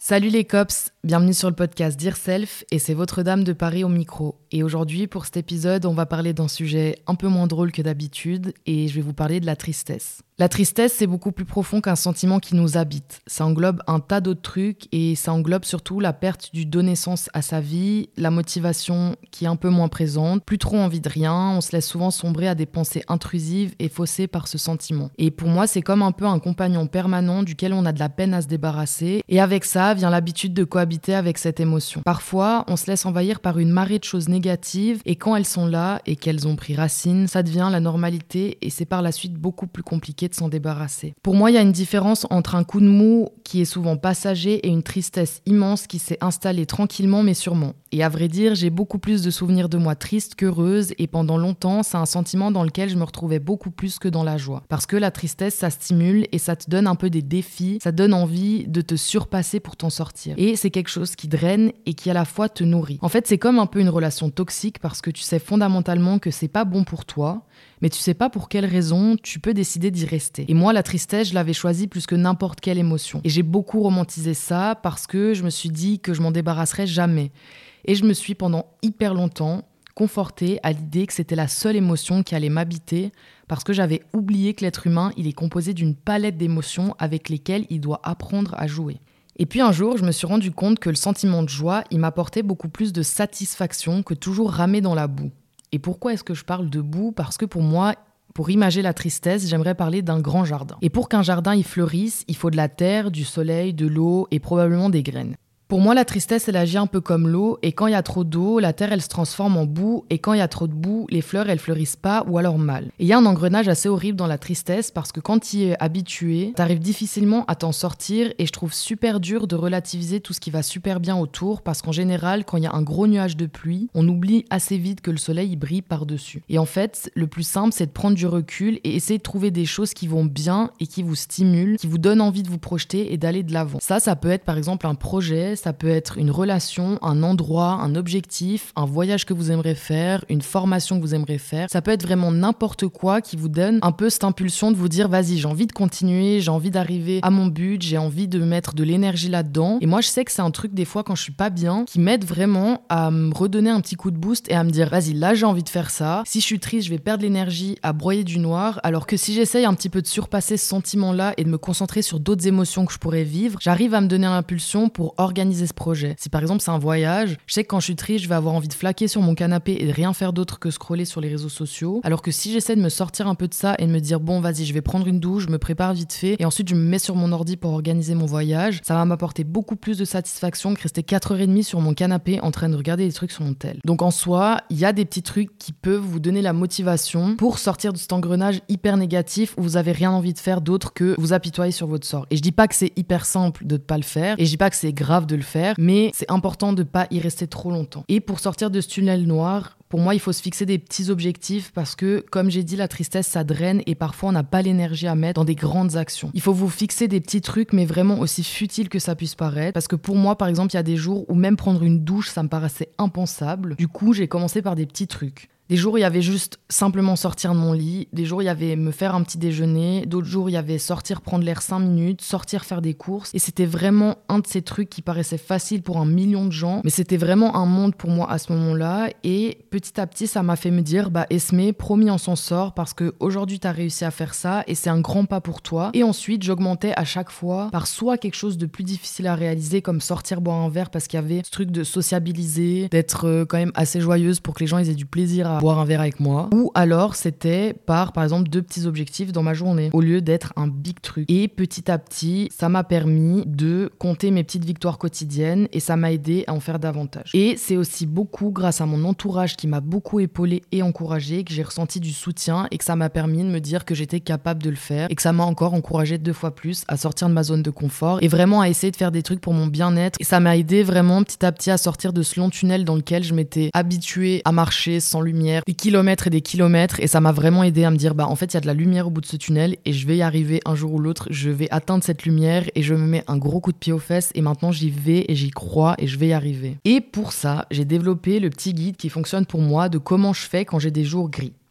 Salut les cops, bienvenue sur le podcast Dear Self et c'est votre dame de Paris au micro. Et aujourd'hui, pour cet épisode, on va parler d'un sujet un peu moins drôle que d'habitude et je vais vous parler de la tristesse. La tristesse, c'est beaucoup plus profond qu'un sentiment qui nous habite. Ça englobe un tas d'autres trucs et ça englobe surtout la perte du donner sens à sa vie, la motivation qui est un peu moins présente, plus trop envie de rien, on se laisse souvent sombrer à des pensées intrusives et faussées par ce sentiment. Et pour moi, c'est comme un peu un compagnon permanent duquel on a de la peine à se débarrasser et avec ça vient l'habitude de cohabiter avec cette émotion. Parfois, on se laisse envahir par une marée de choses négatives et quand elles sont là et qu'elles ont pris racine, ça devient la normalité et c'est par la suite beaucoup plus compliqué de s'en débarrasser. Pour moi, il y a une différence entre un coup de mou qui est souvent passager et une tristesse immense qui s'est installée tranquillement mais sûrement. Et à vrai dire, j'ai beaucoup plus de souvenirs de moi triste qu'heureuse et pendant longtemps, c'est un sentiment dans lequel je me retrouvais beaucoup plus que dans la joie. Parce que la tristesse, ça stimule et ça te donne un peu des défis, ça donne envie de te surpasser pour t'en sortir. Et c'est quelque chose qui draine et qui à la fois te nourrit. En fait, c'est comme un peu une relation toxique parce que tu sais fondamentalement que c'est pas bon pour toi, mais tu sais pas pour quelle raison tu peux décider d'y rester. Et moi, la tristesse, je l'avais choisie plus que n'importe quelle émotion. Et j'ai beaucoup romantisé ça parce que je me suis dit que je m'en débarrasserais jamais. Et je me suis pendant hyper longtemps confortée à l'idée que c'était la seule émotion qui allait m'habiter parce que j'avais oublié que l'être humain, il est composé d'une palette d'émotions avec lesquelles il doit apprendre à jouer. Et puis un jour, je me suis rendu compte que le sentiment de joie, il m'apportait beaucoup plus de satisfaction que toujours ramer dans la boue. Et pourquoi est-ce que je parle de boue ? Parce que pour moi, pour imager la tristesse, j'aimerais parler d'un grand jardin. Et pour qu'un jardin y fleurisse, il faut de la terre, du soleil, de l'eau et probablement des graines. Pour moi, la tristesse, elle agit un peu comme l'eau, et quand il y a trop d'eau, la terre, elle se transforme en boue, et quand il y a trop de boue, les fleurs, elles fleurissent pas, ou alors mal. Et il y a un engrenage assez horrible dans la tristesse, parce que quand tu y es habitué, t'arrives difficilement à t'en sortir, et je trouve super dur de relativiser tout ce qui va super bien autour, parce qu'en général, quand il y a un gros nuage de pluie, on oublie assez vite que le soleil, il brille par-dessus. Et en fait, le plus simple, c'est de prendre du recul, et essayer de trouver des choses qui vont bien, et qui vous stimulent, qui vous donnent envie de vous projeter, et d'aller de l'avant. Ça peut être par exemple un projet, ça peut être une relation, un endroit, un objectif, un voyage que vous aimeriez faire, une formation que vous aimeriez faire. Ça peut être vraiment n'importe quoi qui vous donne un peu cette impulsion de vous dire vas-y, j'ai envie de continuer, j'ai envie d'arriver à mon but, j'ai envie de mettre de l'énergie là-dedans. Et moi, je sais que c'est un truc des fois quand je suis pas bien qui m'aide vraiment à me redonner un petit coup de boost et à me dire vas-y, là j'ai envie de faire ça. Si je suis triste, je vais perdre l'énergie à broyer du noir. Alors que si j'essaye un petit peu de surpasser ce sentiment-là et de me concentrer sur d'autres émotions que je pourrais vivre, j'arrive à me donner l'impulsion pour organiser ce projet. Si par exemple c'est un voyage, je sais que quand je suis triste, je vais avoir envie de flaquer sur mon canapé et de rien faire d'autre que scroller sur les réseaux sociaux. Alors que si j'essaie de me sortir un peu de ça et de me dire bon vas-y, je vais prendre une douche, je me prépare vite fait et ensuite je me mets sur mon ordi pour organiser mon voyage, ça va m'apporter beaucoup plus de satisfaction que rester 4h30 sur mon canapé en train de regarder des trucs sur mon tel. Donc en soi, il y a des petits trucs qui peuvent vous donner la motivation pour sortir de cet engrenage hyper négatif où vous avez rien envie de faire d'autre que vous apitoyer sur votre sort. Et je dis pas que c'est hyper simple de ne pas le faire et je dis pas que c'est grave de le faire, mais c'est important de pas y rester trop longtemps. Et pour sortir de ce tunnel noir, pour moi, il faut se fixer des petits objectifs parce que, comme j'ai dit, la tristesse, ça draine et parfois, on n'a pas l'énergie à mettre dans des grandes actions. Il faut vous fixer des petits trucs, mais vraiment aussi futiles que ça puisse paraître. Parce que pour moi, par exemple, il y a des jours où même prendre une douche, ça me paraissait impensable. Du coup, j'ai commencé par des petits trucs. Des jours, il y avait juste simplement sortir de mon lit. Des jours, il y avait me faire un petit déjeuner. D'autres jours, il y avait sortir prendre l'air 5 minutes, sortir faire des courses. Et c'était vraiment un de ces trucs qui paraissait facile pour 1 million de gens. Mais c'était vraiment un monde pour moi à ce moment-là. Et petit à petit, ça m'a fait me dire, Esmé, promis, on s'en sort parce qu'aujourd'hui, tu as réussi à faire ça et c'est un grand pas pour toi. Et ensuite, j'augmentais à chaque fois par soit quelque chose de plus difficile à réaliser, comme sortir boire un verre parce qu'il y avait ce truc de sociabiliser, d'être quand même assez joyeuse pour que les gens ils aient du plaisir à boire un verre avec moi, ou alors c'était par exemple 2 petits objectifs dans ma journée au lieu d'être un big truc. Et petit à petit, ça m'a permis de compter mes petites victoires quotidiennes et ça m'a aidé à en faire davantage. Et c'est aussi beaucoup grâce à mon entourage qui m'a beaucoup épaulée et encouragée que j'ai ressenti du soutien et que ça m'a permis de me dire que j'étais capable de le faire et que ça m'a encore encouragée 2 fois plus à sortir de ma zone de confort et vraiment à essayer de faire des trucs pour mon bien-être. Et ça m'a aidé vraiment petit à petit à sortir de ce long tunnel dans lequel je m'étais habituée à marcher sans lumière, des kilomètres et des kilomètres, et ça m'a vraiment aidé à me dire en fait il y a de la lumière au bout de ce tunnel et je vais y arriver un jour ou l'autre, je vais atteindre cette lumière et je me mets un gros coup de pied aux fesses et maintenant j'y vais et j'y crois et je vais y arriver. Et pour ça, j'ai développé le petit guide qui fonctionne pour moi de comment je fais quand j'ai des jours gris. Donc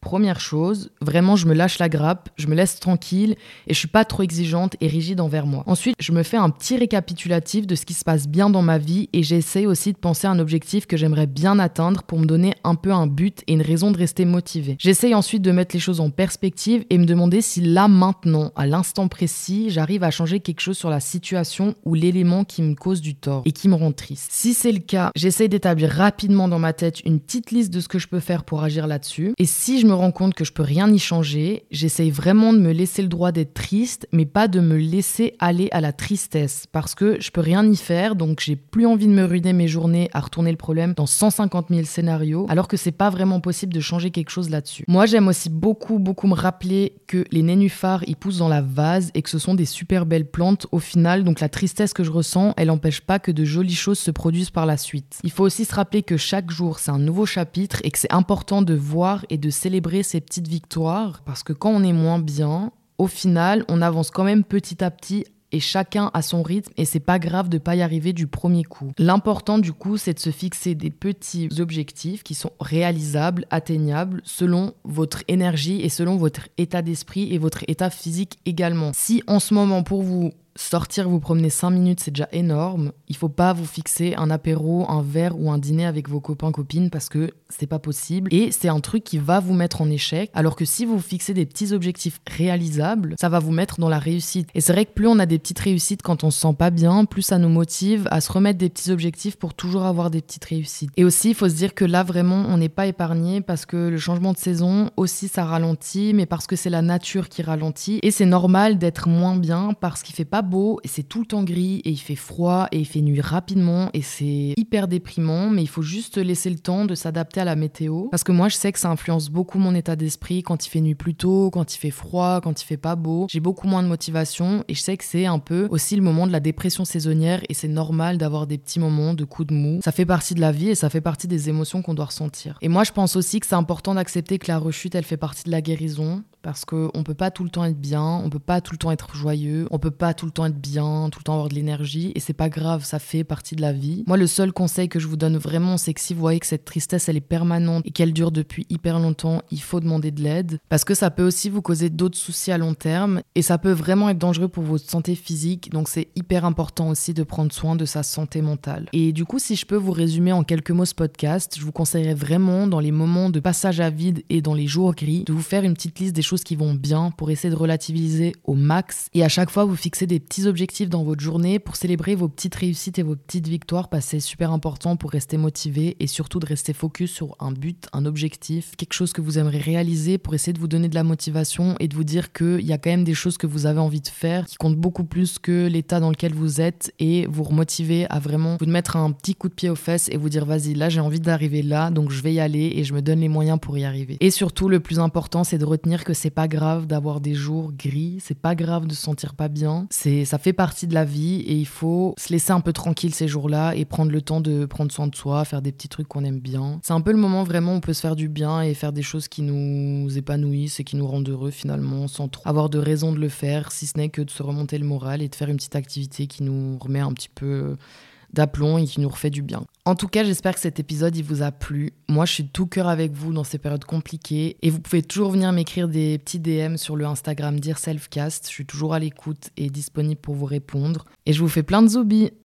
Première chose, vraiment je me lâche la grappe, je me laisse tranquille et je suis pas trop exigeante et rigide envers moi. Ensuite, je me fais un petit récapitulatif de ce qui se passe bien dans ma vie et j'essaye aussi de penser à un objectif que j'aimerais bien atteindre pour me donner un peu un but et une raison de rester motivée. J'essaye ensuite de mettre les choses en perspective et me demander si là, maintenant, à l'instant précis, j'arrive à changer quelque chose sur la situation ou l'élément qui me cause du tort et qui me rend triste. Si c'est le cas, j'essaye d'établir rapidement dans ma tête une petite liste de ce que je peux faire pour agir là-dessus. Et si je me rends compte que je peux rien y changer, j'essaye vraiment de me laisser le droit d'être triste, mais pas de me laisser aller à la tristesse, parce que je peux rien y faire, donc j'ai plus envie de me ruiner mes journées à retourner le problème dans 150 000 scénarios, alors que c'est pas vraiment possible de changer quelque chose là-dessus. Moi, j'aime aussi beaucoup me rappeler que les nénuphars, ils poussent dans la vase et que ce sont des super belles plantes au final, donc la tristesse que je ressens, elle n'empêche pas que de jolies choses se produisent par la suite. Il faut aussi se rappeler que chaque jour, c'est un nouveau chapitre et que c'est important de voir et de célébrer ces petites victoires, parce que quand on est moins bien, au final, on avance quand même petit à petit et chacun à son rythme et c'est pas grave de pas y arriver du premier coup. L'important du coup, c'est de se fixer des petits objectifs qui sont réalisables, atteignables selon votre énergie et selon votre état d'esprit et votre état physique également. Si en ce moment pour vous, sortir, vous promener 5 minutes, c'est déjà énorme. Il faut pas vous fixer un apéro, un verre ou un dîner avec vos copains, copines parce que c'est pas possible. Et c'est un truc qui va vous mettre en échec. Alors que si vous vous fixez des petits objectifs réalisables, ça va vous mettre dans la réussite. Et c'est vrai que plus on a des petites réussites quand on se sent pas bien, plus ça nous motive à se remettre des petits objectifs pour toujours avoir des petites réussites. Et aussi, il faut se dire que là, vraiment, on n'est pas épargné parce que le changement de saison, aussi, ça ralentit, mais parce que c'est la nature qui ralentit. Et c'est normal d'être moins bien parce qu'il fait pas beau et c'est tout le temps gris et il fait froid et il fait nuit rapidement et c'est hyper déprimant, mais il faut juste laisser le temps de s'adapter à la météo parce que moi je sais que ça influence beaucoup mon état d'esprit quand il fait nuit plus tôt, quand il fait froid, quand il fait pas beau. J'ai beaucoup moins de motivation et je sais que c'est un peu aussi le moment de la dépression saisonnière et c'est normal d'avoir des petits moments de coups de mou. Ça fait partie de la vie et ça fait partie des émotions qu'on doit ressentir. Et moi je pense aussi que c'est important d'accepter que la rechute elle fait partie de la guérison. Parce qu'on peut pas tout le temps être bien, on peut pas tout le temps être joyeux, on peut pas tout le temps être bien, tout le temps avoir de l'énergie, et c'est pas grave, ça fait partie de la vie. Moi, le seul conseil que je vous donne vraiment, c'est que si vous voyez que cette tristesse, elle est permanente et qu'elle dure depuis hyper longtemps, il faut demander de l'aide, parce que ça peut aussi vous causer d'autres soucis à long terme, et ça peut vraiment être dangereux pour votre santé physique, donc c'est hyper important aussi de prendre soin de sa santé mentale. Et du coup, si je peux vous résumer en quelques mots ce podcast, je vous conseillerais vraiment, dans les moments de passage à vide et dans les jours gris, de vous faire une petite liste des choses qui vont bien pour essayer de relativiser au max et à chaque fois vous fixer des petits objectifs dans votre journée pour célébrer vos petites réussites et vos petites victoires parce que c'est super important pour rester motivé et surtout de rester focus sur un but, un objectif, quelque chose que vous aimeriez réaliser pour essayer de vous donner de la motivation et de vous dire qu'il y a quand même des choses que vous avez envie de faire qui comptent beaucoup plus que l'état dans lequel vous êtes et vous remotiver à vraiment vous mettre un petit coup de pied aux fesses et vous dire vas-y là j'ai envie d'arriver là donc je vais y aller et je me donne les moyens pour y arriver. Et surtout le plus important c'est de retenir que c'est pas grave d'avoir des jours gris, c'est pas grave de se sentir pas bien, ça fait partie de la vie et il faut se laisser un peu tranquille ces jours-là et prendre le temps de prendre soin de soi, faire des petits trucs qu'on aime bien. C'est un peu le moment vraiment où on peut se faire du bien et faire des choses qui nous épanouissent et qui nous rendent heureux finalement sans trop avoir de raison de le faire, si ce n'est que de se remonter le moral et de faire une petite activité qui nous remet un petit peu d'aplomb et qui nous refait du bien. En tout cas, j'espère que cet épisode il vous a plu. Moi, je suis de tout cœur avec vous dans ces périodes compliquées et vous pouvez toujours venir m'écrire des petits DM sur le Instagram Dear Selfcast. Je suis toujours à l'écoute et disponible pour vous répondre. Et je vous fais plein de zoubis.